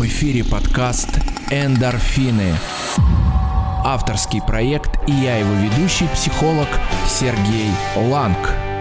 эфире подкаст «Эндорфины». Авторский проект и я его ведущий, психолог Сергей Ланг.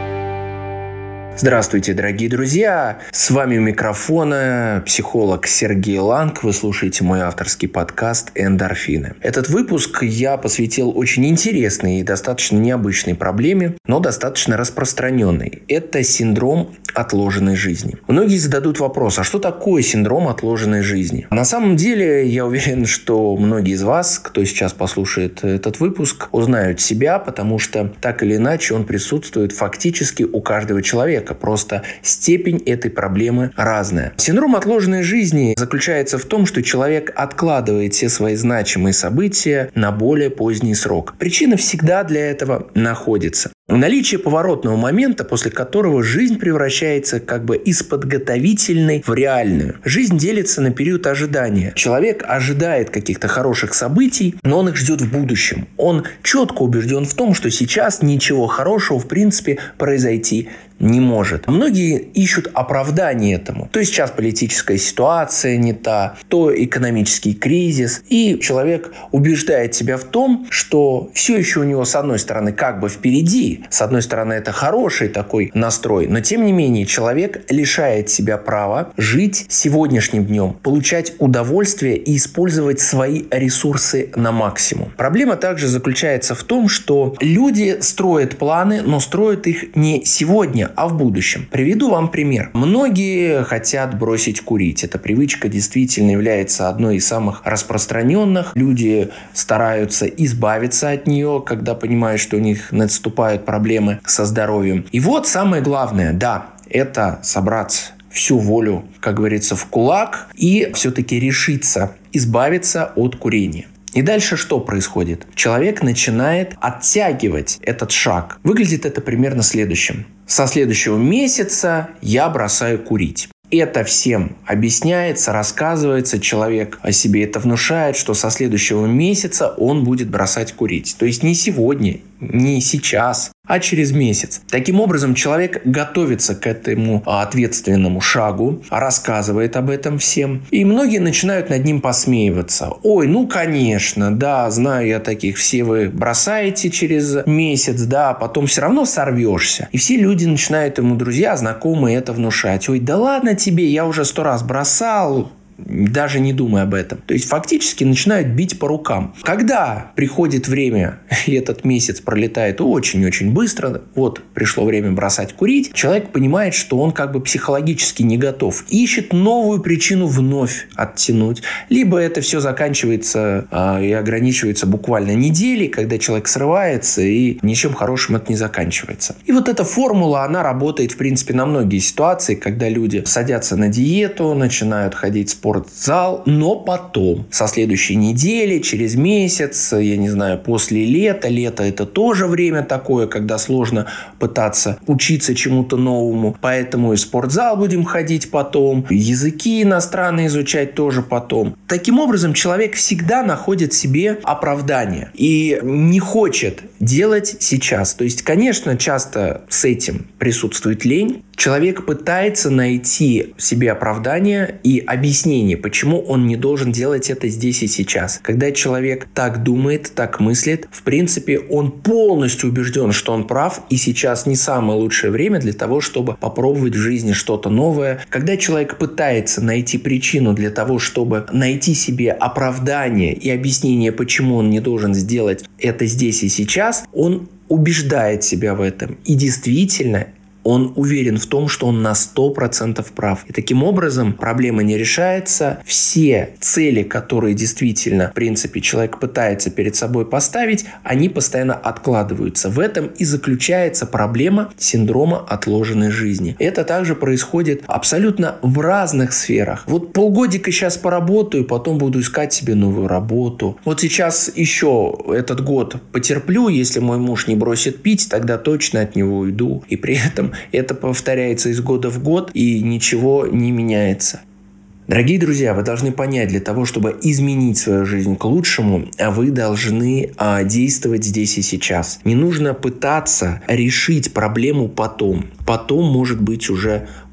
Здравствуйте, дорогие друзья! С вами у микрофона психолог Сергей Ланг. Вы слушаете мой авторский подкаст «Эндорфины». Этот выпуск я посвятил очень интересной и достаточно необычной проблеме, но достаточно распространенной. Это синдром отложенной жизни. Многие зададут вопрос, а что такое синдром отложенной жизни? На самом деле, я уверен, что многие из вас, кто сейчас послушает этот выпуск, узнают себя, потому что так или иначе он присутствует фактически у каждого человека. Просто степень этой проблемы разная. Синдром отложенной жизни заключается в том, что человек откладывает все свои значимые события на более поздний срок. Причина всегда для этого находится. Наличие поворотного момента, после которого жизнь превращается из подготовительной в реальную. Жизнь делится на период ожидания. Человек ожидает каких-то хороших событий, но он их ждет в будущем. Он четко убежден в том, что сейчас ничего хорошего в принципе произойти не может. Многие ищут оправдание этому. То сейчас политическая ситуация не та, то экономический кризис. И человек убеждает себя в том, что все еще у него с одной стороны впереди. С одной стороны это хороший такой настрой. Но тем не менее человек лишает себя права жить сегодняшним днем. Получать удовольствие и использовать свои ресурсы на максимум. Проблема также заключается в том, что люди строят планы, но строят их не сегодня, а в будущем. Приведу вам пример. Многие хотят бросить курить. Эта привычка действительно является одной из самых распространенных. Люди стараются избавиться от нее, когда понимают, что у них наступают проблемы со здоровьем. И вот самое главное, это собраться всю волю, как говорится, в кулак и все-таки решиться избавиться от курения. И дальше что происходит? Человек начинает оттягивать этот шаг. Выглядит это примерно следующим. Со следующего месяца я бросаю курить. Это всем объясняется, рассказывается, человек о себе это внушает, что со следующего месяца он будет бросать курить. То есть не сегодня, не сейчас, а через месяц. Таким образом, человек готовится к этому ответственному шагу, рассказывает об этом всем. И многие начинают над ним посмеиваться. Ой, конечно, знаю я таких. Все вы бросаете через месяц, а потом все равно сорвешься. И все люди начинают ему, друзья, знакомые, это внушать. Ой, да ладно тебе, я уже 100 раз бросал. Даже не думая об этом. То есть фактически начинают бить по рукам. Когда приходит время, и этот месяц пролетает очень-очень быстро, пришло время бросать курить, человек понимает, что он психологически не готов. Ищет новую причину вновь оттянуть. Либо это все заканчивается и ограничивается буквально неделей, когда человек срывается, и ничем хорошим это не заканчивается. И эта формула, она работает, в принципе, на многие ситуации, когда люди садятся на диету, начинают ходить в спортзал, но потом, со следующей недели, через месяц, после лета. Лето – это тоже время такое, когда сложно пытаться учиться чему-то новому. Поэтому и в спортзал будем ходить потом, языки иностранные изучать тоже потом. Таким образом, человек всегда находит себе оправдание и не хочет делать сейчас. То есть, конечно, часто с этим присутствует лень. Человек пытается найти себе оправдание и объяснение, почему он не должен делать это здесь и сейчас. Когда человек так думает, так мыслит, в принципе, он полностью убежден, что он прав, и сейчас не самое лучшее время для того, чтобы попробовать в жизни что-то новое. Когда человек пытается найти причину для того, чтобы найти себе оправдание и объяснение, почему он не должен сделать это здесь и сейчас, он убеждает себя в этом. И действительно, он уверен в том, что он на 100% прав. И таким образом проблема не решается. Все цели, которые действительно, в принципе, человек пытается перед собой поставить, они постоянно откладываются. В этом и заключается проблема синдрома отложенной жизни. Это также происходит абсолютно в разных сферах. Полгодика сейчас поработаю, потом буду искать себе новую работу. Сейчас еще этот год потерплю, если мой муж не бросит пить, тогда точно от него уйду. И при этом это повторяется из года в год, и ничего не меняется. Дорогие друзья, вы должны понять, для того, чтобы изменить свою жизнь к лучшему, вы должны действовать здесь и сейчас. Не нужно пытаться решить проблему потом. Потом может быть уже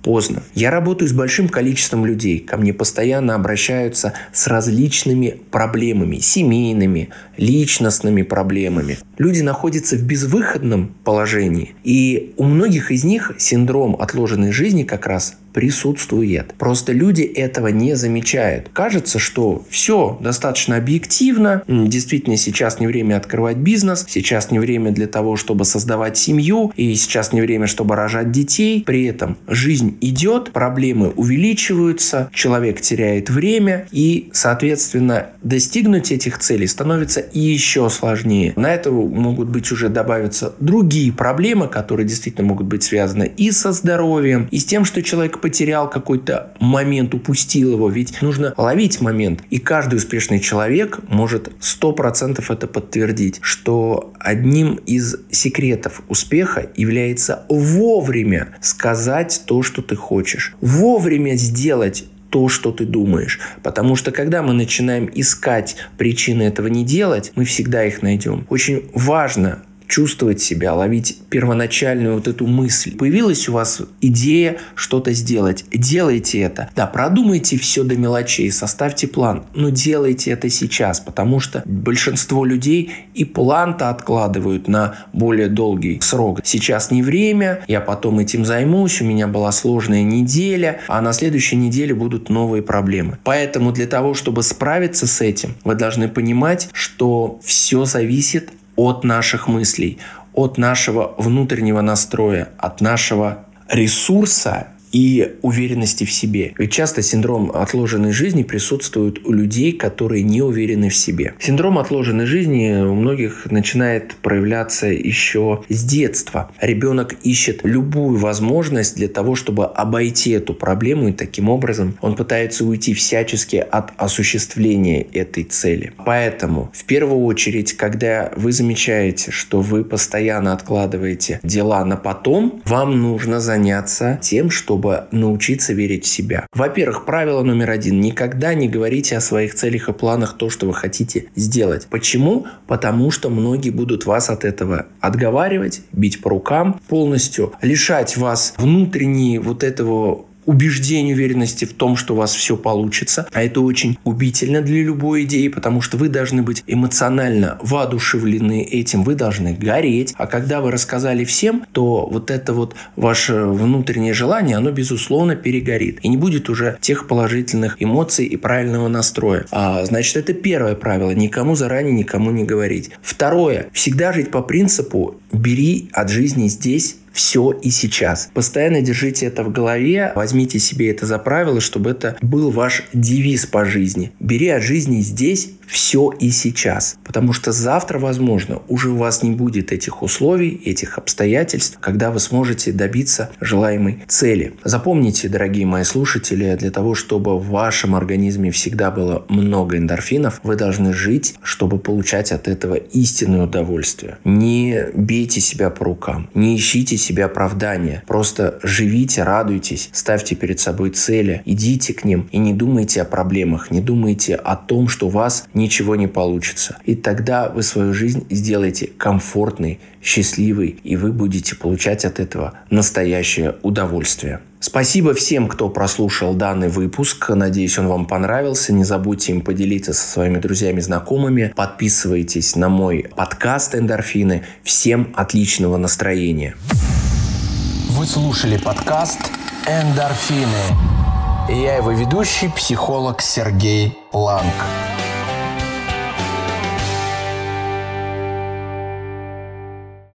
поздно. Я работаю с большим количеством людей. Ко мне постоянно обращаются с различными проблемами. Семейными, личностными проблемами. Люди находятся в безвыходном положении. И у многих из них синдром отложенной жизни как раз присутствует. Просто люди этого не замечают. Кажется, что все достаточно объективно. Действительно, сейчас не время открывать бизнес. Сейчас не время для того, чтобы создавать семью. И сейчас не время, чтобы рожать детей. При этом жизнь идет, проблемы увеличиваются, человек теряет время. И, соответственно, достигнуть этих целей становится еще сложнее. На это могут быть уже добавиться другие проблемы, которые действительно могут быть связаны и со здоровьем, и с тем, что человек потерял какой-то момент, упустил его. Ведь нужно ловить момент. И каждый успешный человек может 100% это подтвердить, что одним из секретов успеха является вовремя сказать то, что ты хочешь. Вовремя сделать то, что ты думаешь. Потому что когда мы начинаем искать причины этого не делать, мы всегда их найдем. Очень важно чувствовать себя, ловить первоначальную вот эту мысль. Появилась у вас идея что-то сделать. Делайте это. Да, продумайте все до мелочей, составьте план. Но делайте это сейчас, потому что большинство людей и план-то откладывают на более долгий срок. Сейчас не время, я потом этим займусь, у меня была сложная неделя, а на следующей неделе будут новые проблемы. Поэтому для того, чтобы справиться с этим, вы должны понимать, что все зависит от наших мыслей, от нашего внутреннего настроя, от нашего ресурса и уверенности в себе. Ведь часто синдром отложенной жизни присутствует у людей, которые не уверены в себе. Синдром отложенной жизни у многих начинает проявляться еще с детства. Ребенок ищет любую возможность для того, чтобы обойти эту проблему, и таким образом он пытается уйти всячески от осуществления этой цели. Поэтому в первую очередь, когда вы замечаете, что вы постоянно откладываете дела на потом, вам нужно заняться тем, чтобы научиться верить в себя. Во-первых, правило номер 1. Никогда не говорите о своих целях и планах то, что вы хотите сделать. Почему? Потому что многие будут вас от этого отговаривать, бить по рукам, полностью лишать вас внутренней вот этого убеждение, уверенности в том, что у вас все получится. А это очень губительно для любой идеи, потому что вы должны быть эмоционально воодушевлены этим, вы должны гореть. А когда вы рассказали всем, то вот это вот ваше внутреннее желание, оно, безусловно, перегорит. И не будет уже тех положительных эмоций и правильного настроя. Значит, это первое правило. Никому заранее никому не говорить. Второе. Всегда жить по принципу «бери от жизни здесь все и сейчас». Постоянно держите это в голове, возьмите себе это за правило, чтобы это был ваш девиз по жизни. Бери от жизни здесь все и сейчас. Потому что завтра, возможно, уже у вас не будет этих условий, этих обстоятельств, когда вы сможете добиться желаемой цели. Запомните, дорогие мои слушатели, для того, чтобы в вашем организме всегда было много эндорфинов, вы должны жить, чтобы получать от этого истинное удовольствие. Не бейте себя по рукам, не ищите себе оправдания. Просто живите, радуйтесь, ставьте перед собой цели, идите к ним и не думайте о проблемах, не думайте о том, что у вас ничего не получится. И тогда вы свою жизнь сделаете комфортной, счастливой, и вы будете получать от этого настоящее удовольствие. Спасибо всем, кто прослушал данный выпуск. Надеюсь, он вам понравился. Не забудьте им поделиться со своими друзьями, знакомыми. Подписывайтесь на мой подкаст «Эндорфины». Всем отличного настроения. Вы слушали подкаст «Эндорфины». И я его ведущий, психолог Сергей Ланг.